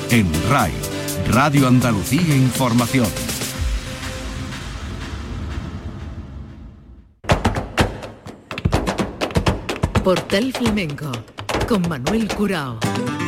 en RAI, Radio Andalucía Información. Portal Flamenco con Manuel Curao.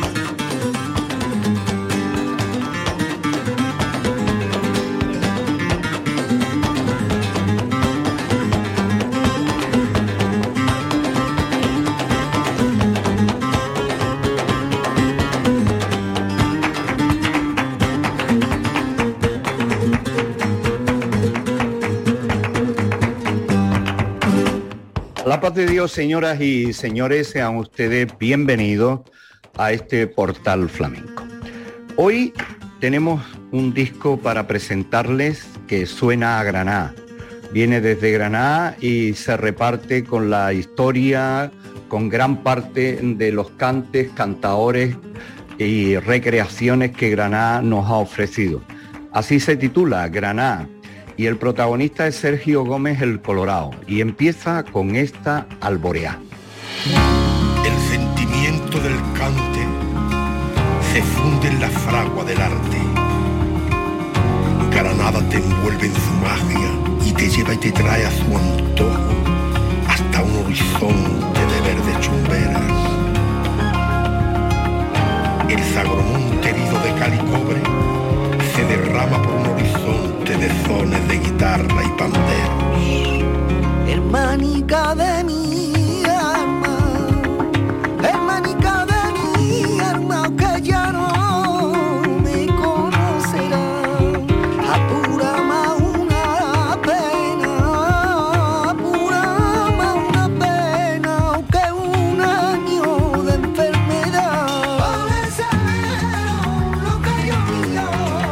La paz de Dios, señoras y señores, sean ustedes bienvenidos a este Portal Flamenco. Hoy tenemos un disco para presentarles que suena a Granada. Viene desde Granada y se reparte con la historia, con gran parte de los cantes, cantaores y recreaciones que Granada nos ha ofrecido. Así se titula, Granada. Y el protagonista es Sergio Gómez el Colorao y empieza con esta Alboreá. El sentimiento del cante se funde en la fragua del arte. Granada te envuelve en su magia y te lleva y te trae a su antojo hasta un horizonte de verdes chumberas. El sagromonte herido de cal y cobre se derrama por un horizonte de sones de guitarra y panderos. Hermanica de mi alma, hermanica de mi alma, que ya no me conocerá. Apura más una pena, apura más una pena, que un año de enfermedad. Por eso lo que yo digo.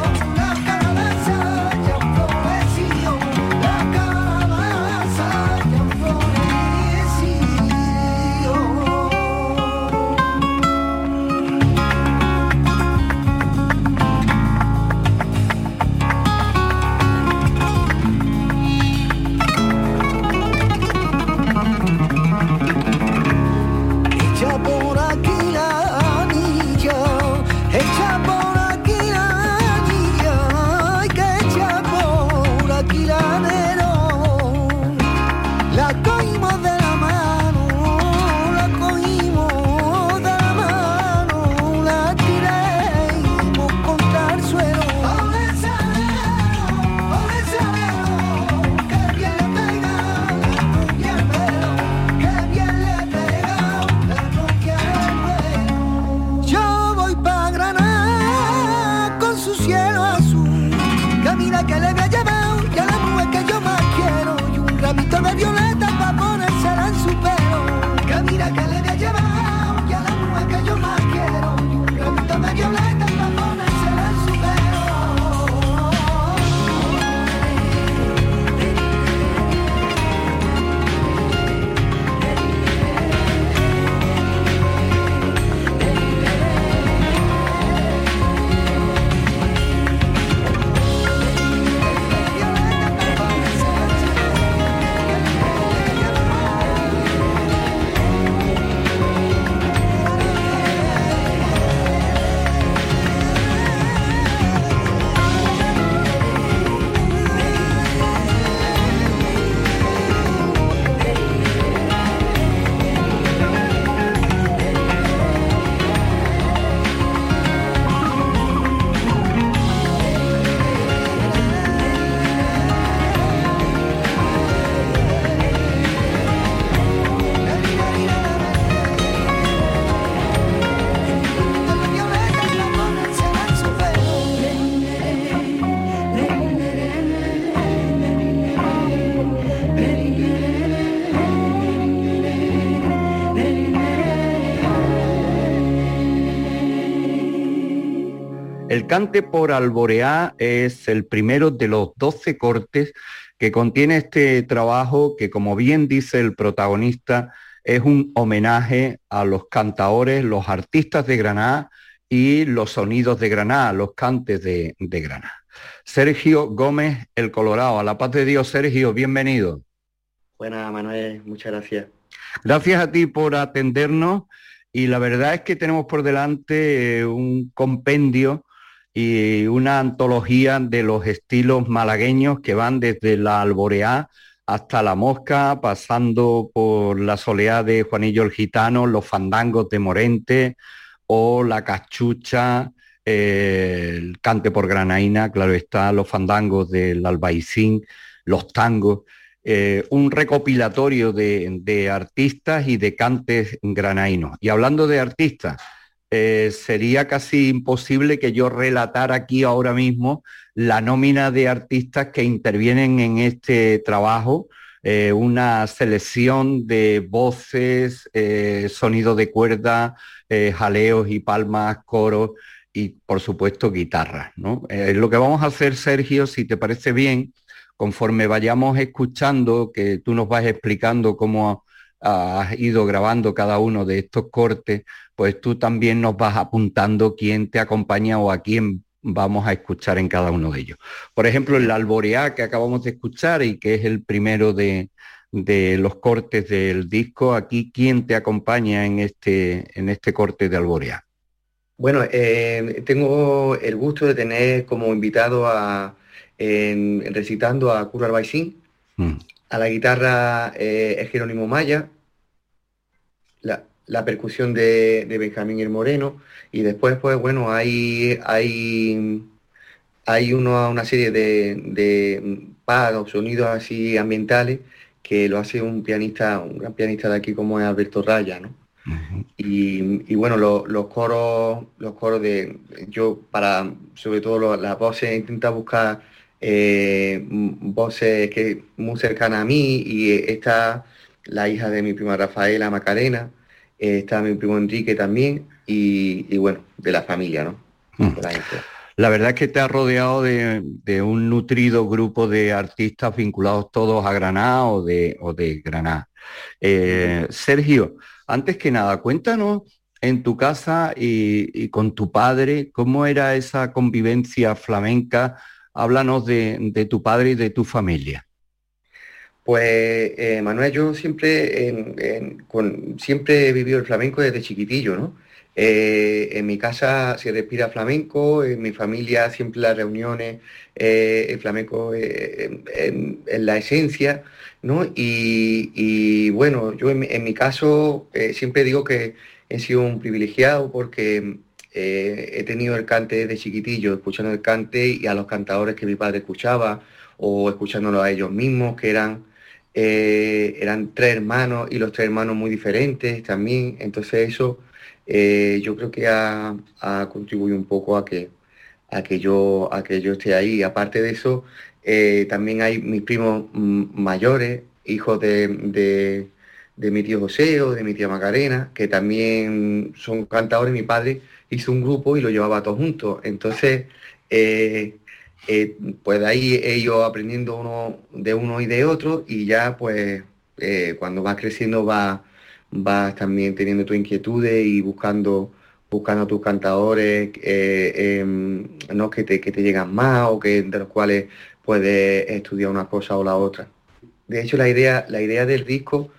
El cante por Alboreá es el primero de los 12 cortes que contiene este trabajo que, como bien dice el protagonista, es un homenaje a los cantaores, los artistas de Granada y los sonidos de Granada, los cantes de Granada. Sergio Gómez el Colorao, a la paz de Dios, Sergio, bienvenido. Buenas, Manuel, muchas gracias. Gracias a ti por atendernos y la verdad es que tenemos por delante un compendio y una antología de los estilos malagueños que van desde la alboreá hasta la mosca, pasando por la soleá de Juanillo el Gitano, los fandangos de Morente o la cachucha, el cante por granaína, claro está, los fandangos del Albaicín, los tangos, un recopilatorio de artistas y de cantes granaínos. Y hablando de artistas, sería casi imposible que yo relatara aquí ahora mismo la nómina de artistas que intervienen en este trabajo, una selección de voces, sonido de cuerda, jaleos y palmas, coros y por supuesto guitarras, ¿no? Lo que vamos a hacer, Sergio, si te parece bien, conforme vayamos escuchando, que tú nos vas explicando cómo has ido grabando cada uno de estos cortes, pues tú también nos vas apuntando quién te acompaña o a quién vamos a escuchar en cada uno de ellos. Por ejemplo, el alboreá que acabamos de escuchar y que es el primero de los cortes del disco, aquí, ¿quién te acompaña en este corte de alboreá? Bueno, tengo el gusto de tener como invitado recitando a Curro Albaicín, a la guitarra es Jerónimo Maya, la percusión de Benjamín el Moreno, y después, pues bueno, hay una serie de pads o sonidos así ambientales que lo hace un gran pianista de aquí como es Alberto Raya, ¿no? Uh-huh. Y bueno, los coros sobre todo las voces, intenta buscar voces que muy cercanas a mí, y está la hija de mi prima Rafaela, Macarena, está mi primo Enrique también, y bueno, de la familia, ¿no? La verdad es que te has rodeado de un nutrido grupo de artistas vinculados todos a Granada o de Granada. Sergio, antes que nada, cuéntanos en tu casa y con tu padre, ¿cómo era esa convivencia flamenca? Háblanos de tu padre y de tu familia. Pues Manuel, yo siempre he vivido el flamenco desde chiquitillo, ¿no? En mi casa se respira flamenco, en mi familia siempre las reuniones, el flamenco en la esencia, ¿no? Y bueno, yo en mi caso siempre digo que he sido un privilegiado porque he tenido el cante desde chiquitillo, escuchando el cante y a los cantadores que mi padre escuchaba, o escuchándolo a ellos mismos, que eran tres hermanos, y los tres hermanos muy diferentes también. Entonces eso yo creo que ha contribuido un poco a que yo esté ahí. Aparte de eso, también hay mis primos mayores, hijos de mi tío José o de mi tía Macarena, que también son cantadores. Mi padre hizo un grupo y lo llevaba todos juntos. Entonces, pues de ahí he ido aprendiendo uno y de otro, y ya pues cuando vas creciendo vas también teniendo tus inquietudes y buscando a tus cantadores, ¿no? que te llegan más, o de los cuales puedes estudiar una cosa o la otra. De hecho, la idea del disco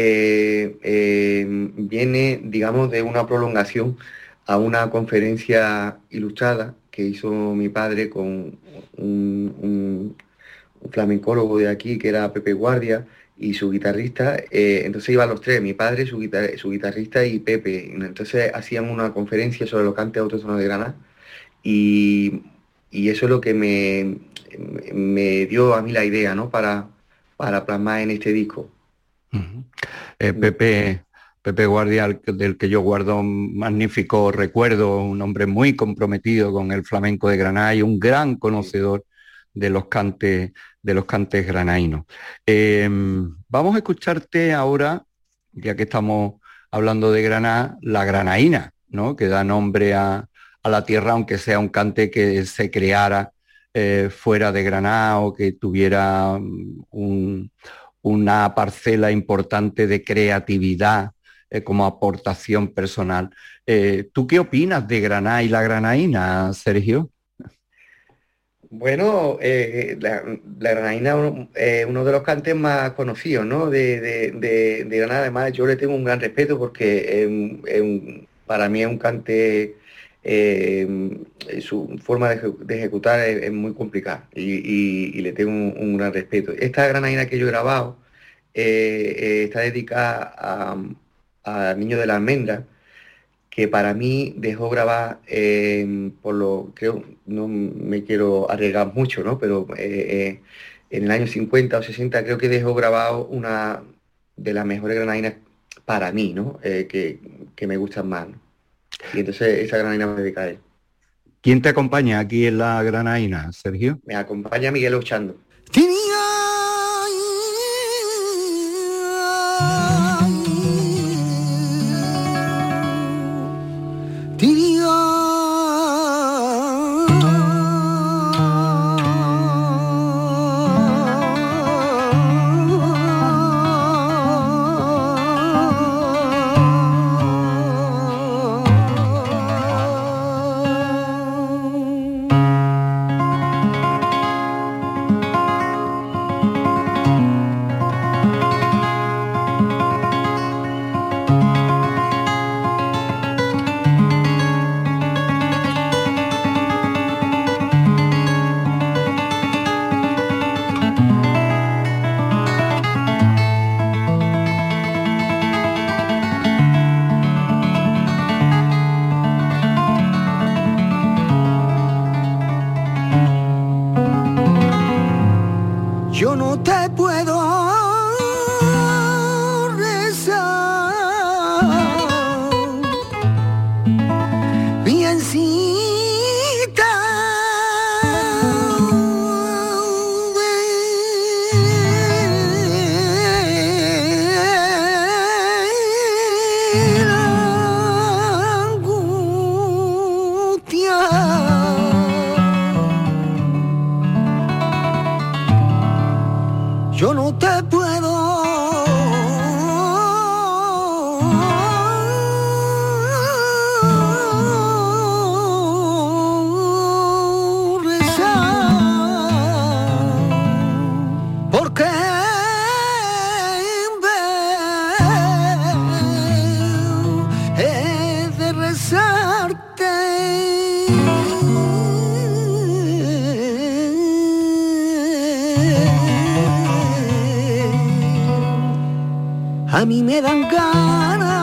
viene, digamos, de una prolongación a una conferencia ilustrada que hizo mi padre con un flamencólogo de aquí, que era Pepe Guardia, y su guitarrista. Entonces iban los tres, mi padre, su guitarrista y Pepe. Entonces hacían una conferencia sobre los cantes autóctonos de Granada, y eso es lo que me dio a mí la idea, ¿no? para plasmar en este disco. Uh-huh. Pepe Guardia, del que yo guardo un magnífico recuerdo, un hombre muy comprometido con el flamenco de Granada y un gran conocedor de los cantes granainos. Vamos a escucharte ahora, ya que estamos hablando de Granada, la granaína, ¿no? Que da nombre a la tierra, aunque sea un cante que se creara fuera de Granada, o que tuviera una parcela importante de creatividad como aportación personal. ¿Tú qué opinas de Granada y la granaína, Sergio? Bueno, la Granaína es uno de los cantes más conocidos, ¿no? De Granada. Además, yo le tengo un gran respeto porque para mí es un cante, su forma de ejecutar es muy complicada y le tengo un gran respeto. Esta Granaína que yo he grabado está dedicada al niño de la almendra, que para mí dejó grabar, creo, no me quiero arriesgar mucho, ¿no? Pero en el año 50 o 60 creo que dejó grabado una de las mejores granadinas para mí, ¿no? Que me gustan más, ¿no? Y entonces esa granadina me dedica a él. ¿Quién te acompaña aquí en la Granaína, Sergio? Me acompaña Miguel Ochando. Yo no te puedo rezar, biencita de la angustia. Yo no te puedo rezar, porque en vez de rezarte a mí me dan ganas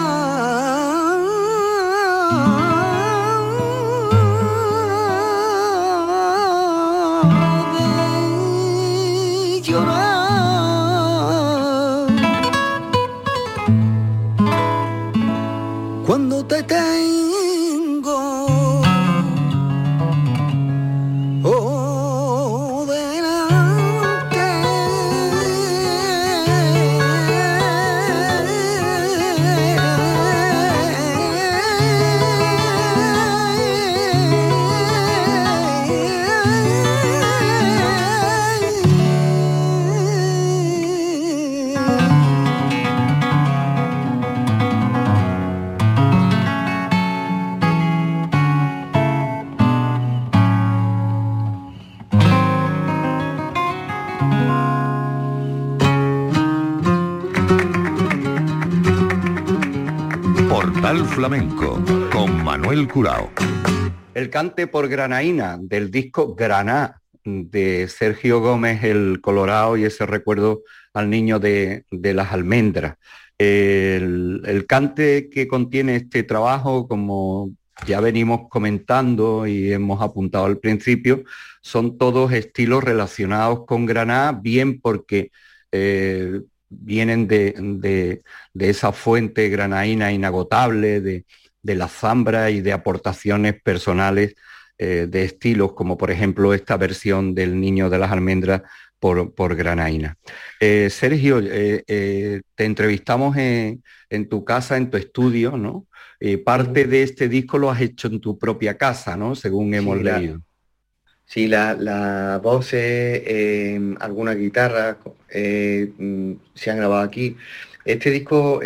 de llorar cuando te tengo. Oh, delante. Portal Flamenco con Manuel Curao. El cante por Granaína del disco Graná de Sergio Gómez el Colorado y ese recuerdo al niño de las almendras. El cante que contiene este trabajo, como ya venimos comentando y hemos apuntado al principio, son todos estilos relacionados con Graná, bien porque vienen de esa fuente granaína inagotable, de la zambra y de aportaciones personales de estilos, como por ejemplo esta versión del Niño de las Almendras por Granaína. Sergio, te entrevistamos en tu casa, en tu estudio, ¿no? Parte de este disco lo has hecho en tu propia casa, ¿no? Según hemos leído. Sí, la voces, algunas guitarras se han grabado aquí. Este disco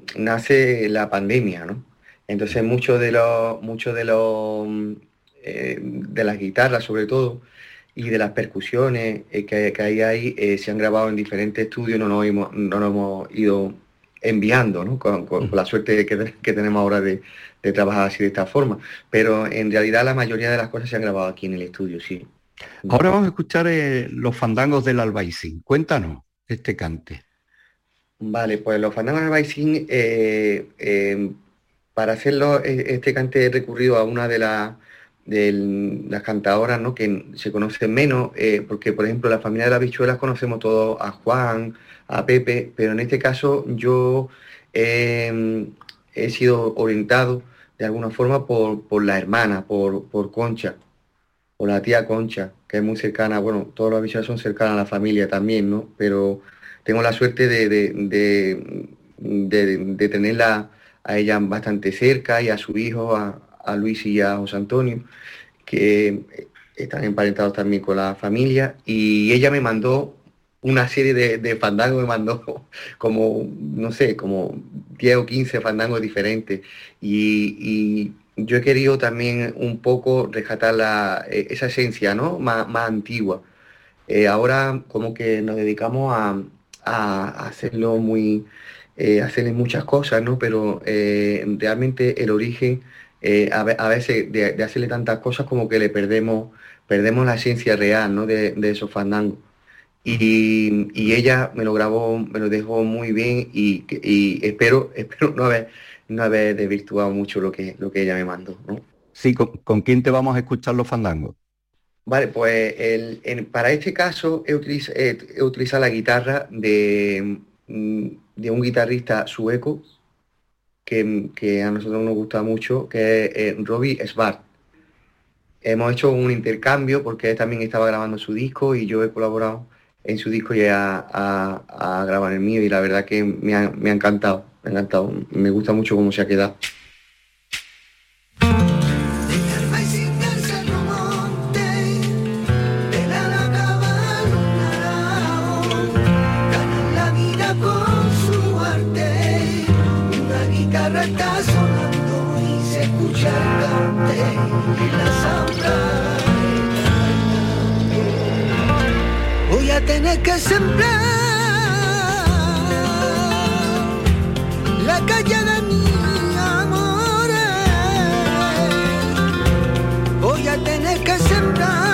nace la pandemia, ¿no? Entonces muchos de los de las guitarras sobre todo, y de las percusiones que hay ahí, se han grabado en diferentes estudios, no nos hemos ido enviando, ¿no? Con la suerte que tenemos ahora de trabajar así de esta forma. Pero en realidad la mayoría de las cosas se han grabado aquí en el estudio, sí. Ahora vamos a escuchar los fandangos del Albaicín. Cuéntanos este cante. Vale, pues los fandangos del Albaicín, para hacerlo, este cante he recurrido a una de las cantadoras, ¿no? Que se conocen menos, porque por ejemplo la familia de las Bichuelas conocemos todos a Juan, a Pepe, pero en este caso yo he sido orientado de alguna forma por la hermana, por Concha, por la tía Concha, que es muy cercana. Bueno, todas las Bichuelas son cercanas a la familia también, ¿no? Pero tengo la suerte de tenerla a ella bastante cerca, y a su hijo, a Luis y a José Antonio, que están emparentados también con la familia, y ella me mandó una serie de fandangos, me mandó como, no sé, como 10 o 15 fandangos diferentes, y yo he querido también un poco rescatar esa esencia, ¿no? Más antigua. Ahora como que nos dedicamos a hacerlo hacerle muchas cosas, ¿no? Pero realmente el origen, a veces de hacerle tantas cosas, como que perdemos la esencia real, ¿no? De esos fandangos. Y ella me lo grabó, me lo dejó muy bien, y espero no haber desvirtuado mucho lo que ella me mandó, ¿no? Sí, ¿con quién te vamos a escuchar los fandangos? Vale, pues para este caso he utilizado la guitarra de un guitarrista sueco que a nosotros nos gusta mucho, que es Robbie Svart. Hemos hecho un intercambio porque él también estaba grabando su disco y yo he colaborado en su disco y a grabar el mío, y la verdad que me ha encantado, me gusta mucho cómo se ha quedado. Está sonando y se escucha el cante en la zambra. Voy a tener que sembrar la calle de mis amores. Voy a tener que sembrar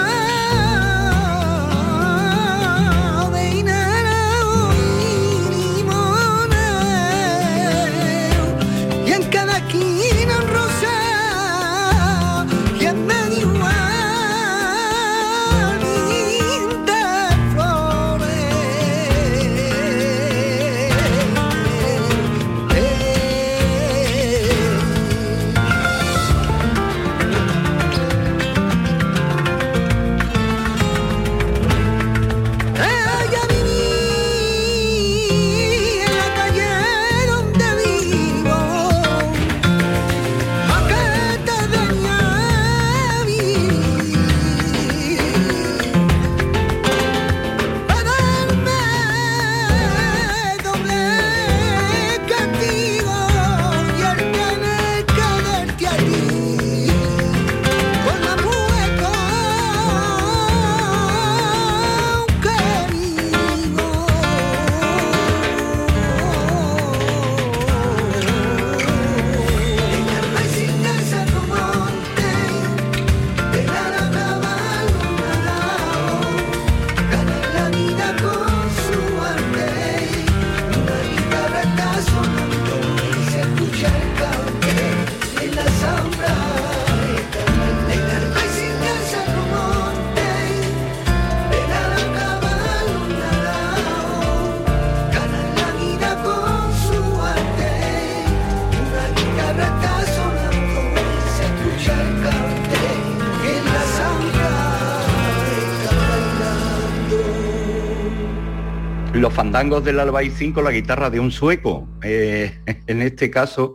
Los fandangos del Albaicín con la guitarra de un sueco. En este caso,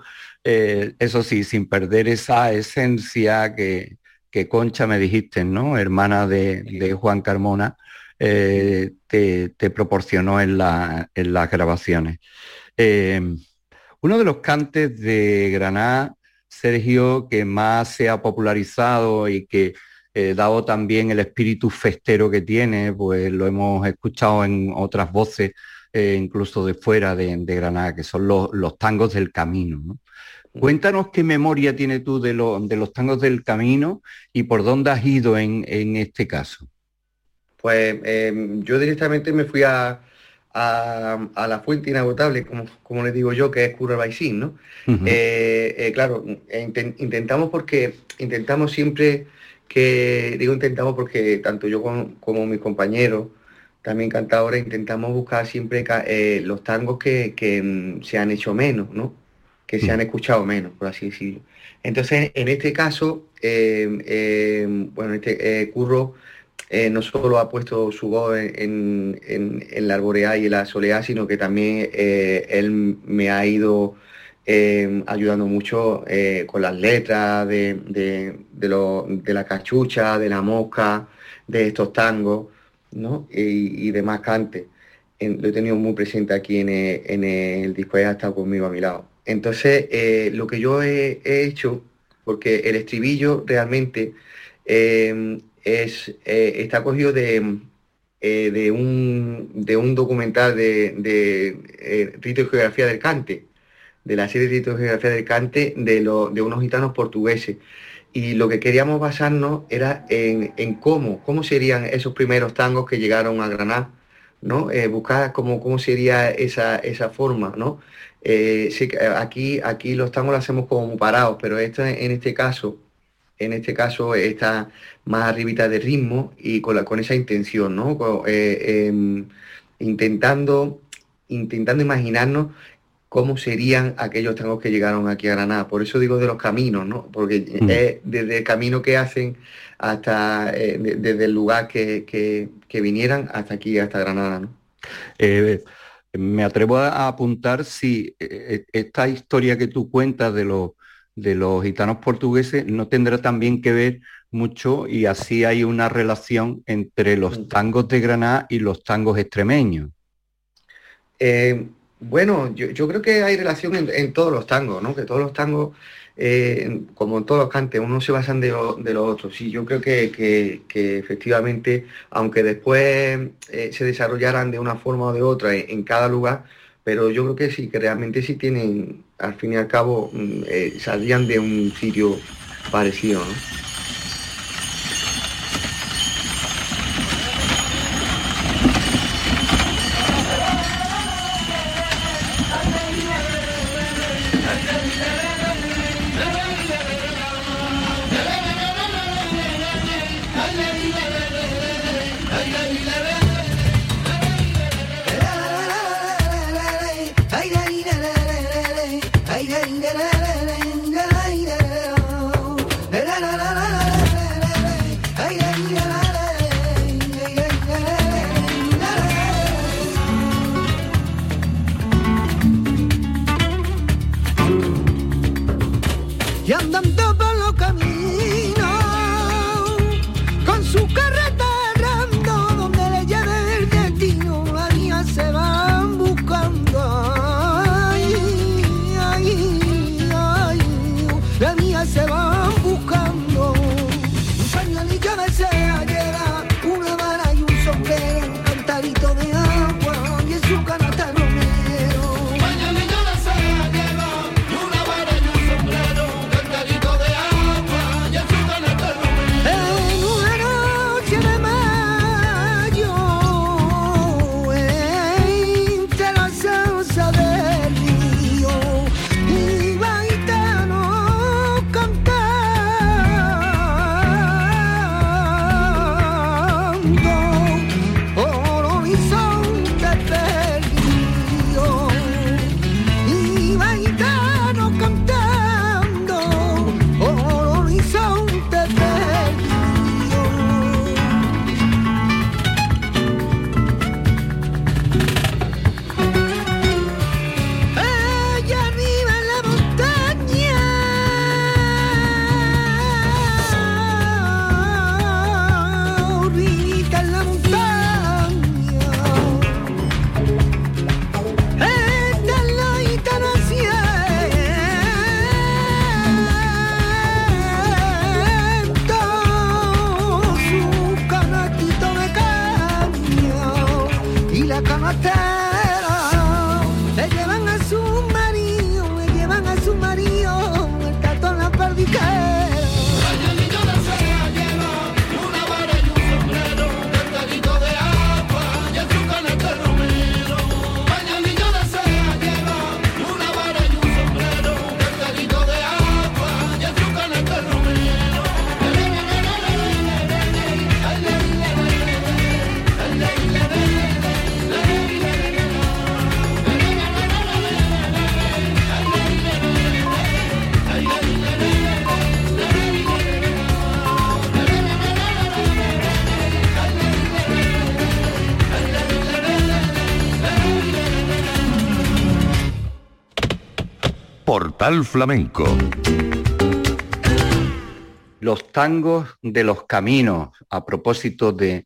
eso sí, sin perder esa esencia que Concha me dijiste, ¿no? Hermana de Juan Carmona, te proporcionó en las grabaciones. Uno de los cantes de Granada, Sergio, que más se ha popularizado y que dado también el espíritu festero que tiene, pues lo hemos escuchado en otras voces, incluso de fuera de Granada, que son los tangos del camino, ¿no? Cuéntanos qué memoria tienes tú de los tangos del camino y por dónde has ido en este caso. Pues yo directamente me fui a la fuente inagotable, como les digo yo, que es Curro Albaicín, ¿no? Uh-huh. Claro, intentamos siempre intentamos porque tanto yo como mis compañeros, también cantadores, intentamos buscar siempre los tangos que se han hecho menos, ¿no? Que se han escuchado menos, por así decirlo. Entonces, en este caso, Curro no solo ha puesto su voz en la arboreá y en la soleá, sino que también él me ha ido ayudando mucho con las letras de la cachucha, de la mosca, de estos tangos, ¿no? Y demás cantes. Lo he tenido muy presente aquí en el disco, ha estado conmigo a mi lado. Entonces, lo que yo he hecho, porque el estribillo realmente está cogido de un documental de Rito y Geografía del Cante, de la serie Rito y Geografía del Cante de unos gitanos portugueses. Y lo que queríamos basarnos era en cómo serían esos primeros tangos que llegaron a Granada, ¿no? Buscar cómo sería esa forma, ¿no? Sí, aquí los tangos los hacemos como muy parados, pero en este caso está más arribita de ritmo y con esa intención, ¿no? Intentando imaginarnos cómo serían aquellos tangos que llegaron aquí a Granada. Por eso digo de los caminos, ¿no? Porque es desde el camino que hacen hasta desde el lugar que vinieran hasta aquí, hasta Granada, ¿no? Me atrevo a apuntar si esta historia que tú cuentas de los gitanos portugueses no tendrá también que ver mucho, y así hay una relación entre los tangos de Granada y los tangos extremeños. Bueno, yo creo que hay relación en todos los tangos, ¿no? Que todos los tangos, como en todos los cantes, unos se basan de los otros. Sí, yo creo que efectivamente, aunque después se desarrollaran de una forma o de otra en cada lugar, pero yo creo que sí, que realmente sí tienen, al fin y al cabo, saldrían de un sitio parecido, ¿no? La la la la Portal Flamenco. Los tangos de los caminos, a propósito de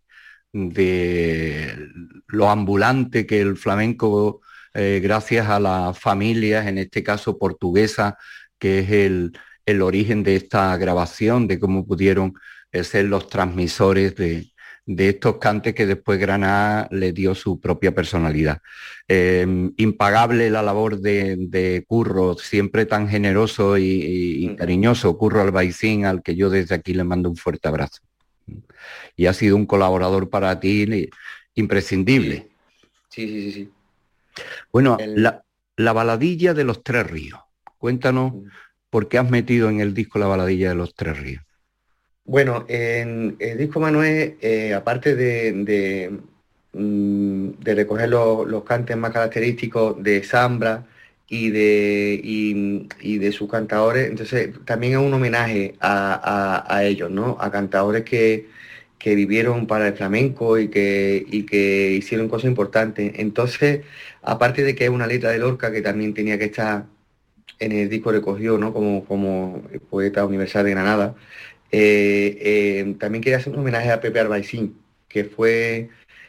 lo ambulante que el flamenco, gracias a las familias, en este caso portuguesas, que es el origen de esta grabación, de cómo pudieron ser los transmisores de estos cantes que después Granada le dio su propia personalidad. Impagable la labor de Curro, siempre tan generoso y cariñoso, Curro Albaicín, al que yo desde aquí le mando un fuerte abrazo. Y ha sido un colaborador para ti imprescindible. Sí. Bueno, la baladilla de los Tres Ríos. Cuéntanos por qué has metido en el disco la baladilla de los Tres Ríos. Bueno, en el disco Manuel, aparte de recoger los cantes más característicos de Zambra y de sus cantadores, entonces también es un homenaje a ellos, ¿no? A cantadores que vivieron para el flamenco y que hicieron cosas importantes. Entonces, aparte de que es una letra de Lorca que también tenía que estar en el disco recogido, ¿no? Como poeta universal de Granada, también quería hacer un homenaje a Pepe Albaicín, que fue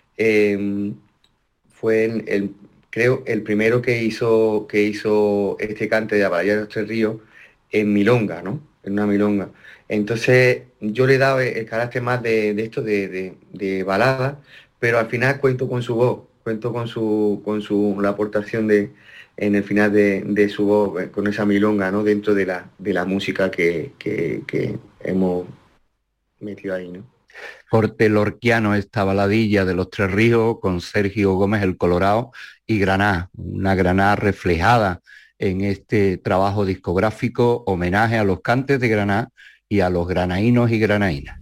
creo el primero que hizo este cante de la baladilla de los Tres Ríos en milonga, ¿no? En una milonga. Entonces yo le he dado el carácter más de esto de balada, pero al final cuento con su voz, cuento con la aportación en el final de su voz, con esa milonga, ¿no? Dentro de la música que hemos metido ahí, ¿no? Corte lorquiano esta baladilla de los Tres Ríos con Sergio Gómez el Colorado y Granada, una Granada reflejada en este trabajo discográfico, homenaje a los cantes de Granada y a los granaínos y granaínas.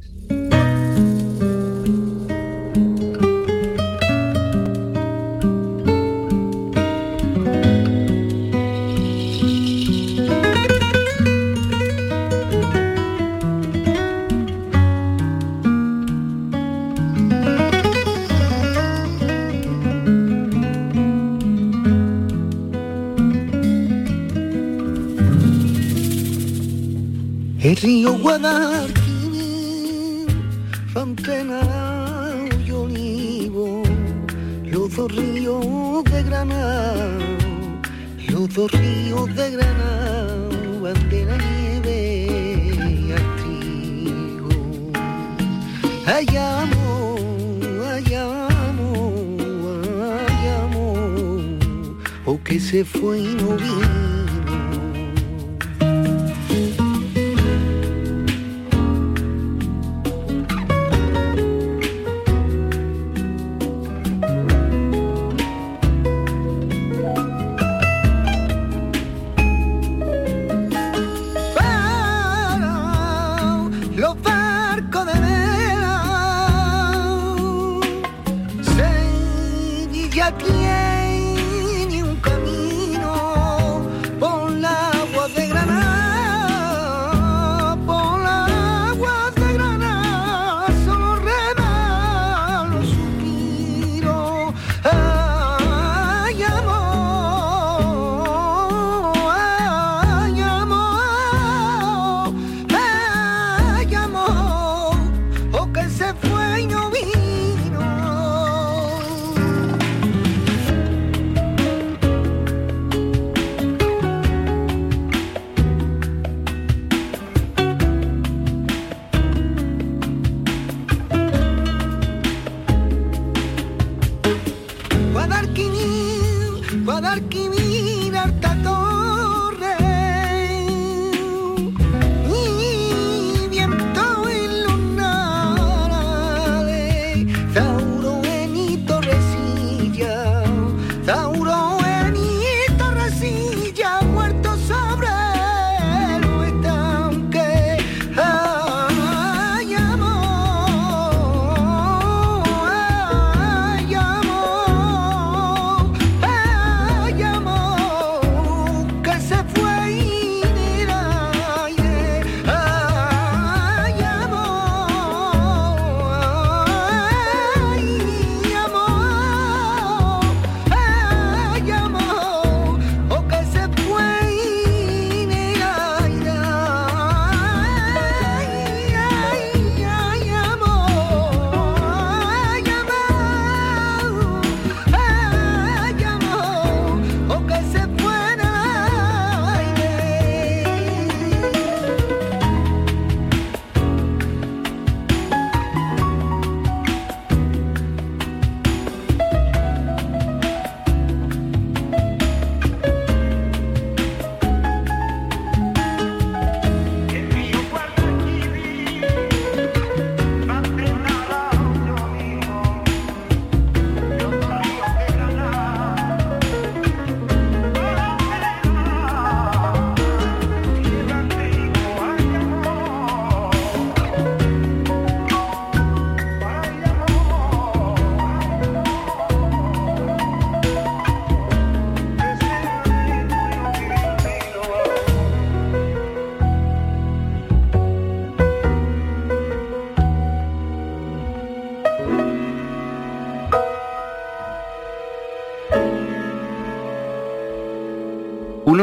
El río Guadalquivir, Fontana y Olivo, los dos ríos de Granada, los dos ríos de Granada, van de la nieve al trigo. Hay amor, o que se fue y no vino.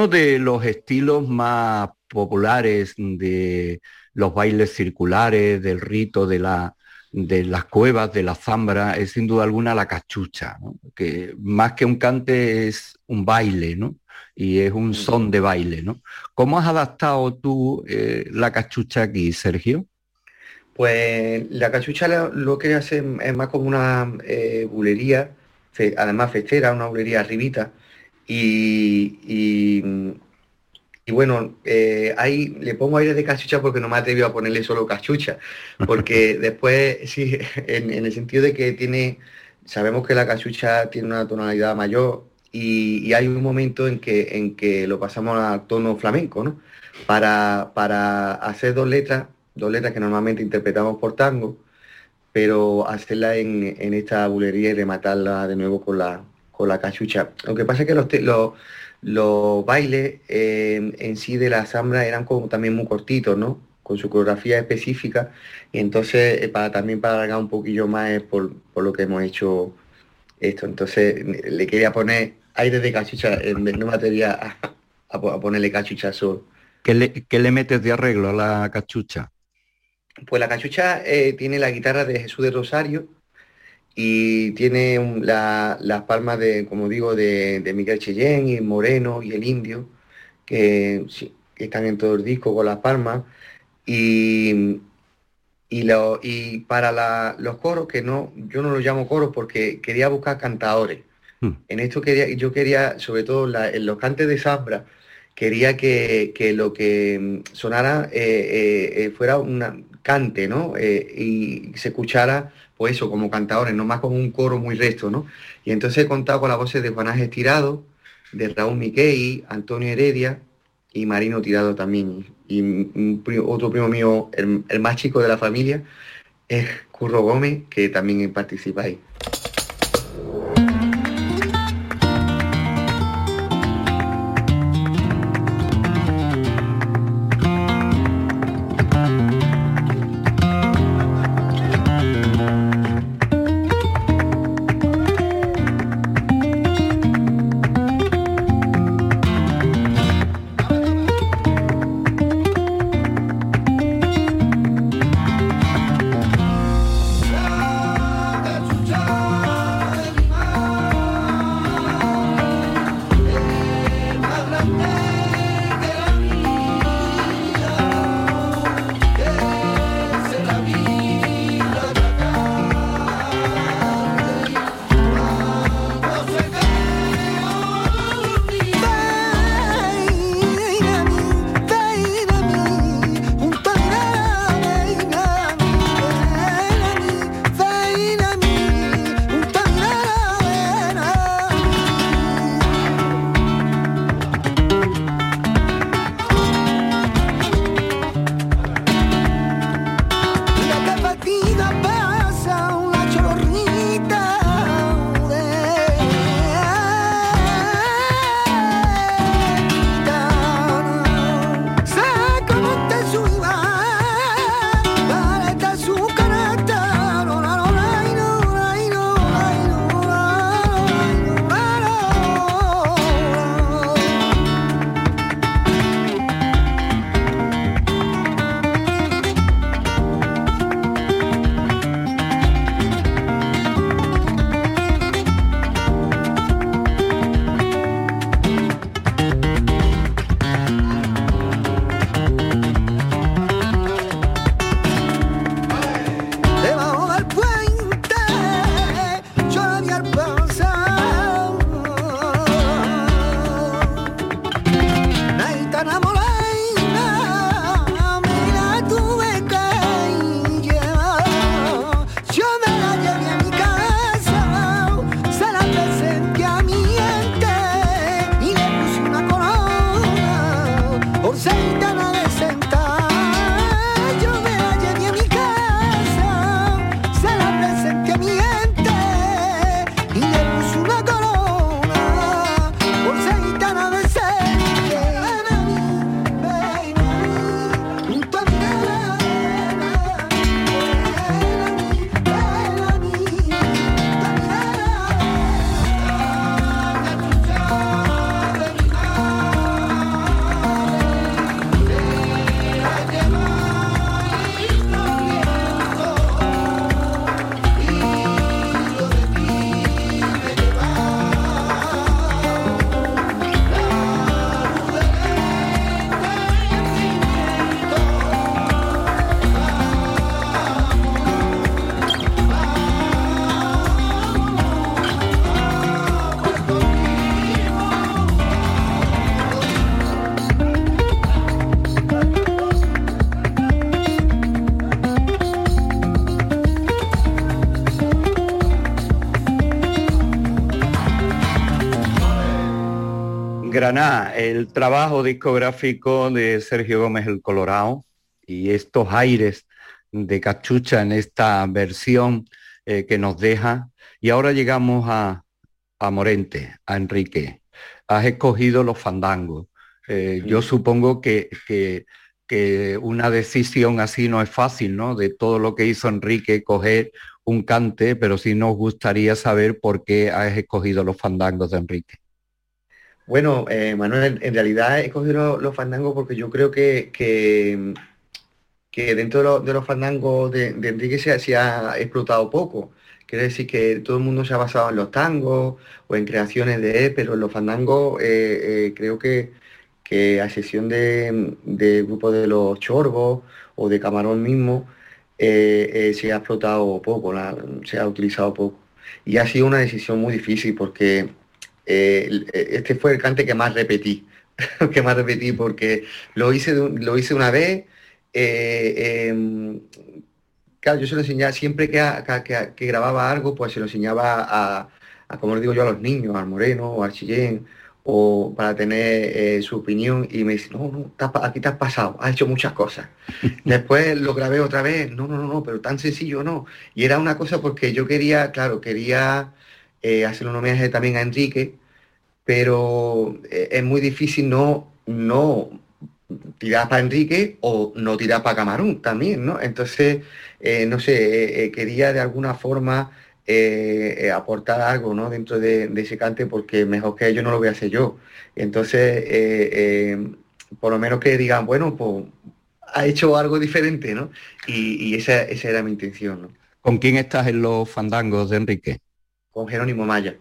de los estilos más populares de los bailes circulares, del rito de las cuevas, de la zambra, es sin duda alguna la cachucha, ¿no? Que más que un cante es un baile, ¿no? Y es un son de baile, ¿no? ¿Cómo has adaptado tú la cachucha aquí, Sergio? Pues la cachucha lo que hace es más como una bulería, además festera, una bulería arribita, y bueno, ahí le pongo aire de cachucha porque no me atrevo a ponerle solo cachucha, porque después, sí, en el sentido de que sabemos que la cachucha tiene una tonalidad mayor y hay un momento en que lo pasamos a tono flamenco, ¿no? Para hacer dos letras que normalmente interpretamos por tango, pero hacerla en esta bulería y rematarla de nuevo con la cachucha. Lo que pasa es que los bailes en sí de la zambra eran como también muy cortitos, ¿no? Con su coreografía específica, y entonces también para alargar un poquillo más es por lo que hemos hecho esto. Entonces le quería poner aire de cachucha, no me atrevía a ponerle cachucha solo. ¿Qué le metes de arreglo a la cachucha? Pues la cachucha tiene la guitarra de Jesús de Rosario y tiene las palmas como digo, de Miguel Cheyenne y el Moreno y el Indio, que están en todo el disco con las palmas. Y para los coros, yo no los llamo coros porque quería buscar cantadores. En esto yo quería, sobre todo en los cantes de zambra, quería que lo que sonara fuera un cante, ¿no? Y se escuchara, pues eso, como cantadores, no más como un coro muy resto, ¿no? Y entonces he contado con las voces de Juan Ángel Tirado, de Raúl Miquei, Antonio Heredia y Marino Tirado también. Y otro primo mío, el más chico de la familia, es Curro Gómez, que también participa ahí. Cachucha. desgranar el trabajo discográfico de Sergio Gómez el Colorado y estos aires de Cachucha en esta versión que nos deja. Y ahora llegamos a Morente, a Enrique. Has escogido los fandangos. Yo supongo que una decisión así no es fácil, ¿no? De todo lo que hizo Enrique, coger un cante, pero sí nos gustaría saber por qué has escogido los fandangos de Enrique. Bueno, Manuel, en realidad he escogido los fandangos porque yo creo que dentro de los fandangos de Enrique se ha explotado poco. Quiere decir que todo el mundo se ha basado en los tangos o en creaciones de él, pero los fandangos creo que a excepción del grupo de los Chorbos o de Camarón mismo, se ha explotado poco, se ha utilizado poco. Y ha sido una decisión muy difícil porque este fue el cante que más repetí, porque lo hice una vez. Claro, yo se lo enseñaba siempre que grababa algo, pues se lo enseñaba como le digo yo, a los niños, al Moreno o al Chillén, o para tener su opinión, y me dice, no, aquí te has pasado, has hecho muchas cosas. Después lo grabé otra vez, no, pero tan sencillo no. Y era una cosa porque yo quería hacer un homenaje también a Enrique, pero es muy difícil no tirar para Enrique o no tirar para Camarón también, ¿no? Entonces, no sé, quería de alguna forma aportar algo, ¿no? Dentro de ese cante, porque mejor que ellos no lo voy a hacer yo. Entonces, por lo menos que digan, bueno, pues ha hecho algo diferente, ¿no? Y esa era mi intención, ¿no? ¿Con quién estás en los fandangos de Enrique? Con Jerónimo Maya.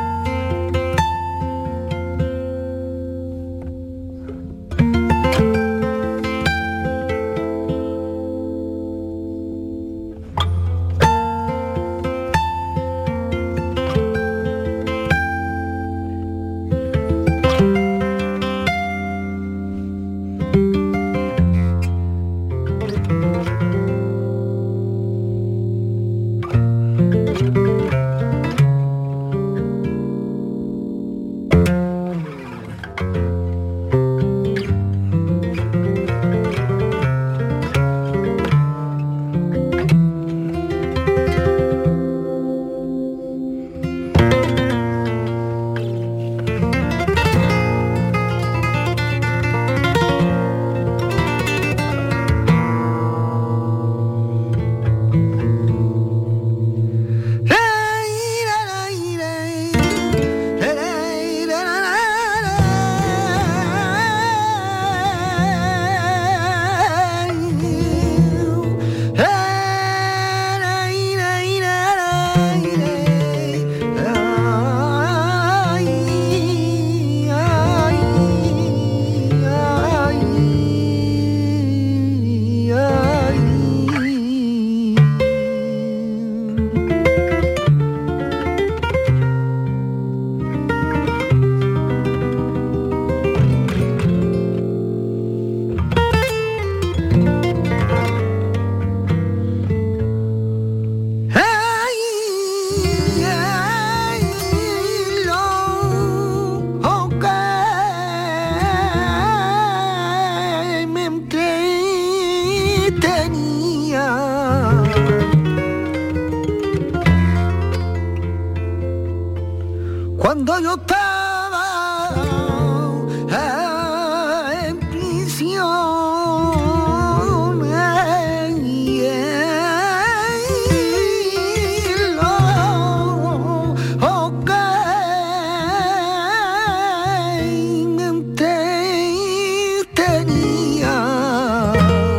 Cuando yo estaba en prisión, tenía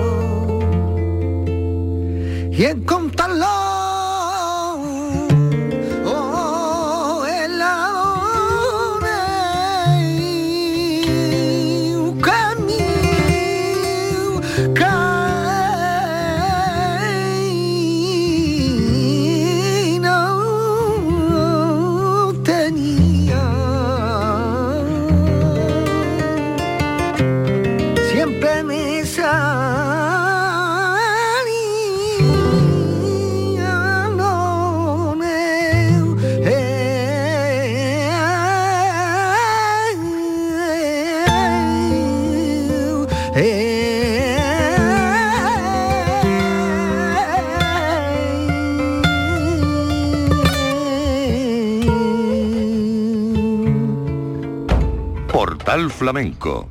y en contarlo. Portal Flamenco.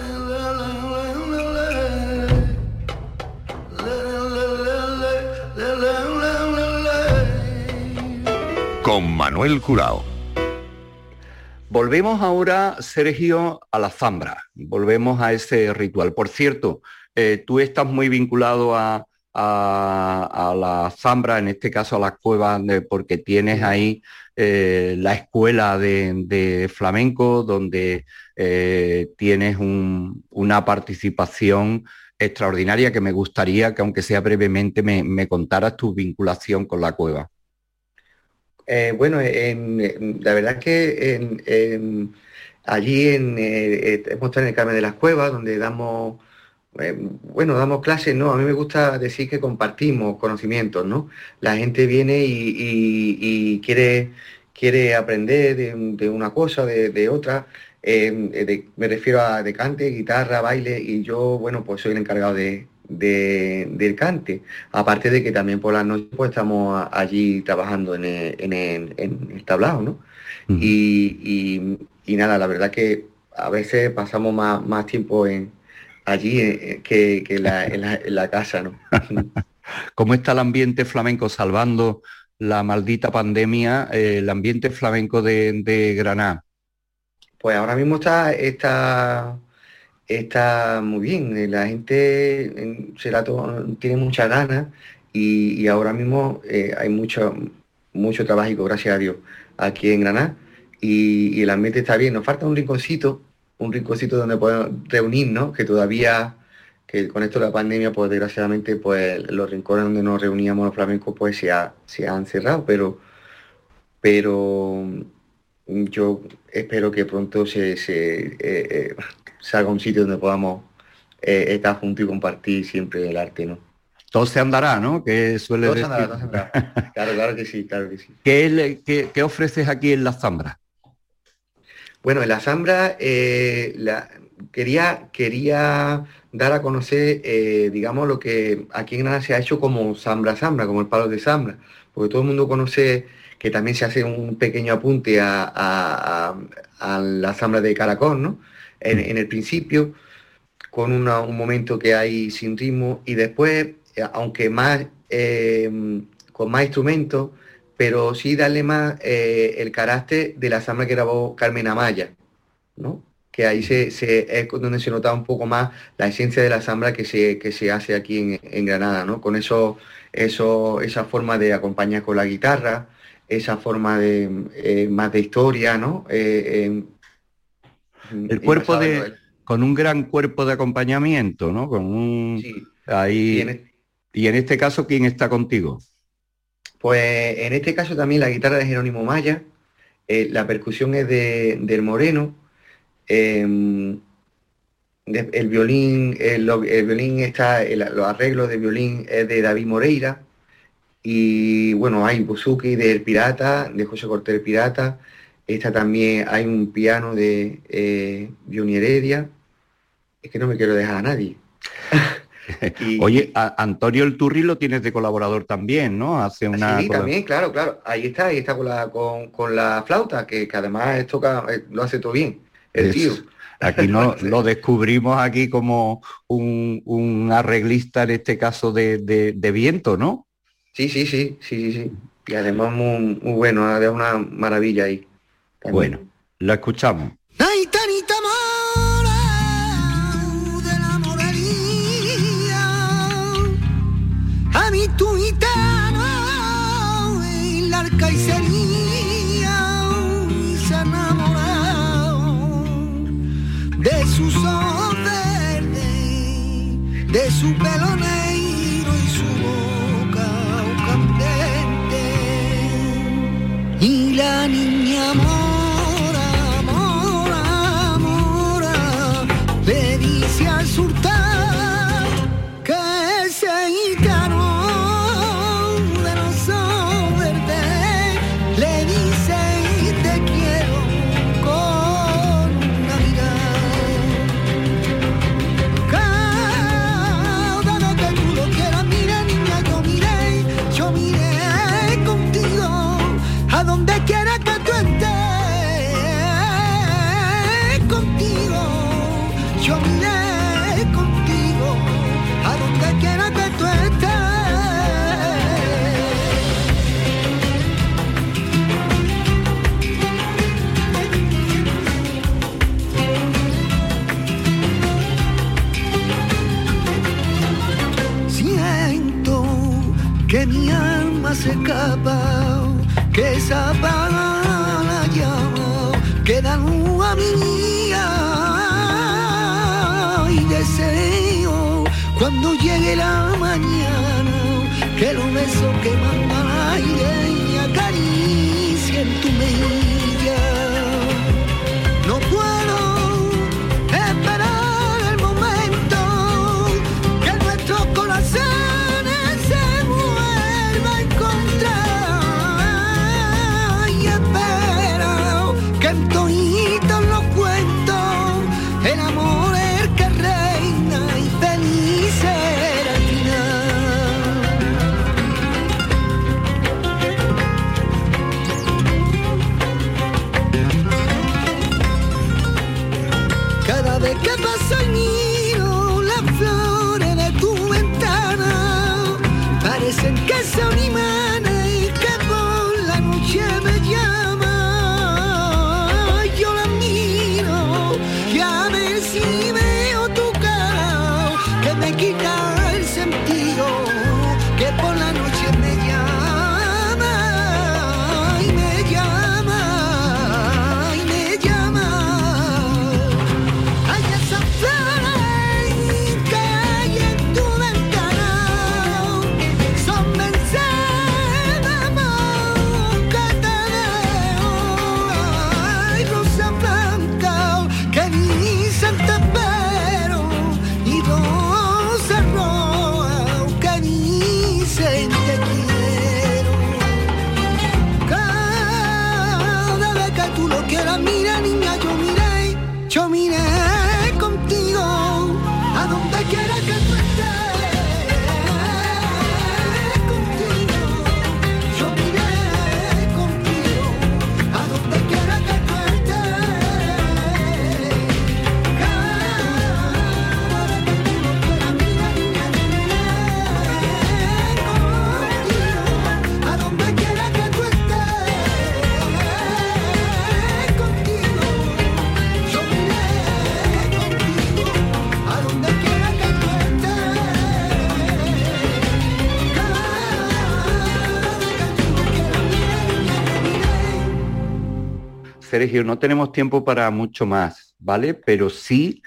Con Manuel Curao. Volvemos ahora, Sergio, a la zambra. Volvemos a ese ritual. Por cierto, tú estás muy vinculado a la zambra, en este caso a las cuevas, porque tienes ahí la escuela de flamenco, donde tienes una participación extraordinaria que me gustaría que, aunque sea brevemente, me contaras tu vinculación con la cueva. Bueno, la verdad es que allí hemos estado en el Carmen de las Cuevas, donde damos clases, ¿no? A mí me gusta decir que compartimos conocimientos, ¿no? La gente viene y quiere aprender de una cosa, de otra. Me refiero a de cante, guitarra, baile, y yo, bueno, pues soy el encargado del cante, aparte de que también por las noches pues estamos allí trabajando en el tablao, ¿no? Uh-huh. Y nada, la verdad que a veces pasamos más tiempo allí que en la casa, ¿no? ¿Cómo está el ambiente flamenco, salvando la maldita pandemia, el ambiente flamenco de Granada? Pues ahora mismo está muy bien, la gente tiene muchas ganas y ahora mismo hay mucho trabajo, gracias a Dios, aquí en Granada, y el ambiente está bien. Nos falta un rinconcito donde podemos reunirnos, que todavía, que con esto de la pandemia, pues desgraciadamente, pues los rincones donde nos reuníamos los flamencos pues se han cerrado, pero yo espero que pronto se salga un sitio donde podamos estar juntos y compartir siempre el arte, ¿no? Todo se andará, ¿no? Que suele decir. Todo se andará. Claro que sí. ¿Qué ofreces aquí en la zambra? Bueno, en la zambra quería dar a conocer, digamos, lo que aquí en Granada se ha hecho como zambra, como el palo de zambra, porque todo el mundo conoce que también se hace un pequeño apunte a la zambra de caracol, ¿no? En el principio, con un momento que hay sin ritmo, y después, aunque con más instrumentos, pero sí darle más el carácter de la zambra que grabó Carmen Amaya, ¿no? Que ahí es donde se nota un poco más la esencia de la zambra que se hace aquí en Granada, ¿no? Con esa forma de acompañar con la guitarra, esa forma de más de historia, ¿no? El cuerpo con un gran cuerpo de acompañamiento, ¿no? Sí. Ahí. Y en este caso, ¿quién está contigo? Pues en este caso también la guitarra de Jerónimo Maya, la percusión es del Moreno, el violín, los arreglos de violín es de David Moreira, y bueno, hay buzuki del Pirata, de José Cortés del Pirata. También hay un piano de Johnny Heredia. Es que no me quiero dejar a nadie. Oye, Antonio el Turri lo tienes de colaborador también, ¿no? Hace una... Sí, también, claro. Ahí está con la flauta, que además lo hace todo bien, el tío. Aquí lo descubrimos aquí como un arreglista, en este caso de viento, ¿no? Sí. Y además muy bueno, es una maravilla ahí. También. Bueno, la escuchamos. Ay, tanita mora de la morería, a mi tu gitano en la alcaicería, se ha enamorado de sus ojos verdes, de su pelo negro y su boca candente, y la niña le dice al sultán que ese gitano de los ojos verdes le dice te quiero con una mirada. Cada vez que mi alma se escapa, que se apaga la llama, que da luz a mi día y deseo cuando llegue la mañana que los besos que manda el aire y acaricien tu mejilla. No puedo esperar el momento que nuestros corazones se vuelvan a encontrar y espero que en toditos los cuentos el amor es el que reina y feliz será el final. Cada vez que paso y miro las flores de tu ventana, parecen que son imanes y que por la noche me llaman. Yo las miro y a ver si veo tu cara, que me quita el sentido, que por la noche me llama y me llama y me llama. Hay esas flores que hay en tu ventana, son mensajes de amor que te dejo. Hay rosa blanca que dicen te espero y rosa roja que dicen te quiero. Cada vez que tú lo quieras, mira niña, yo miré contigo a donde quiera que tú estés. Contigo, yo miré contigo a donde quiera que tú estés. Cada vez que tú lo quieras, mira niña, yo miré contigo a donde quiera que tú estés. Contigo, yo miré contigo a donde quiera que tú estés. Sergio, no tenemos tiempo para mucho más, ¿vale? Pero sí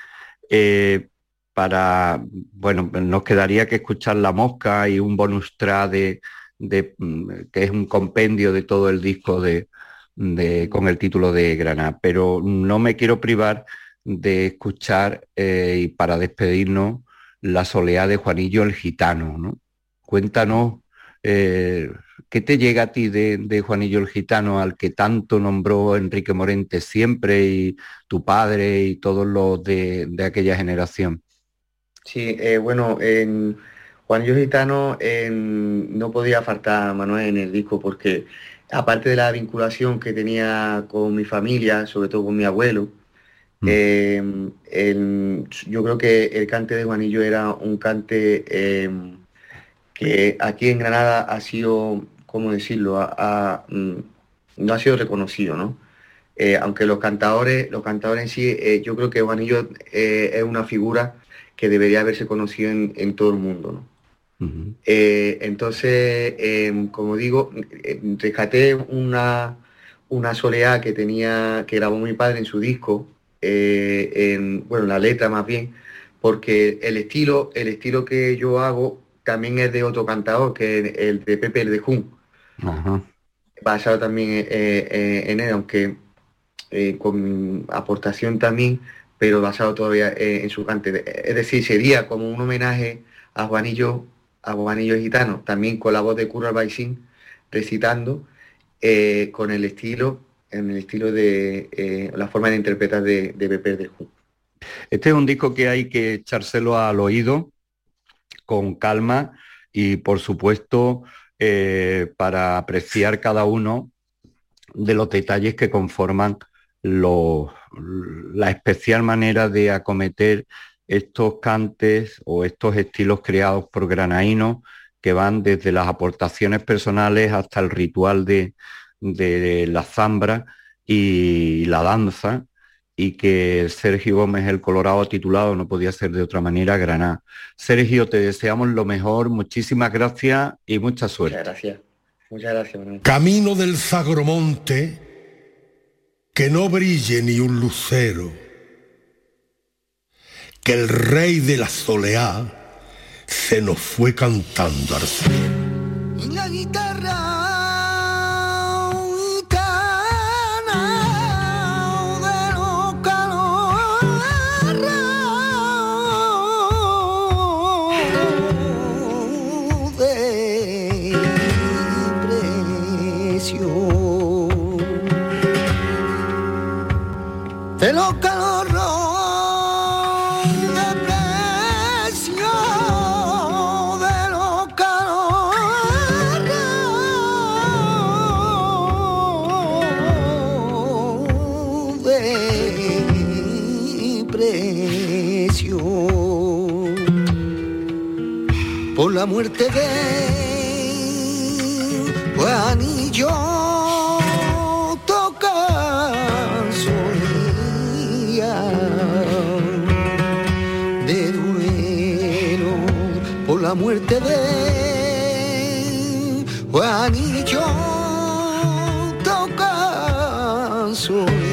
nos quedaría que escuchar La Mosca y un bonus track que es un compendio de todo el disco con el título de Granada. Pero no me quiero privar de escuchar, y para despedirnos, La Soleá de Juanillo el Gitano, ¿no? Cuéntanos, ¿qué te llega a ti de Juanillo el Gitano, al que tanto nombró Enrique Morente siempre, y tu padre y todos los de aquella generación? Sí, bueno, en Juanillo Gitano no podía faltar Manuel en el disco porque aparte de la vinculación que tenía con mi familia, sobre todo con mi abuelo, yo creo que el cante de Juanillo era un cante que aquí en Granada ha sido, ¿cómo decirlo?, no ha sido reconocido, ¿no? Aunque los cantadores en sí, yo creo que Juanillo es una figura que debería haberse conocido en todo el mundo, ¿no? Uh-huh. Entonces, como digo, rescaté una soleá que grabó mi padre en su disco, la letra más bien, porque el estilo que yo hago también es de otro cantador, que es el de Pepe el de Jun, uh-huh, basado también en él, aunque con aportación también, pero basado todavía en su cante. Es decir, sería como un homenaje a Juanillo Gitano, también con la voz de Curro Albaicín recitando, con el estilo de la forma de interpretar de Pepe de Jun. Este es un disco que hay que echárselo al oído con calma y, por supuesto, para apreciar cada uno de los detalles que conforman la especial manera de acometer estos cantes o estos estilos creados por granadinos, que van desde las aportaciones personales hasta el ritual de la zambra y la danza, y que Sergio Gómez, el Colorado titulado, no podía ser de otra manera, Granada. Sergio, te deseamos lo mejor, muchísimas gracias y mucha suerte. Muchas gracias, Manuel. Camino del Sagromonte, que no brille ni un lucero, que el rey de la soleá se nos fue cantando al cielo. Y la guitarra de los calores de impresión de los calores por la muerte de Juanillo tocan solía de duelo, por la muerte de Juanillo tocan solía.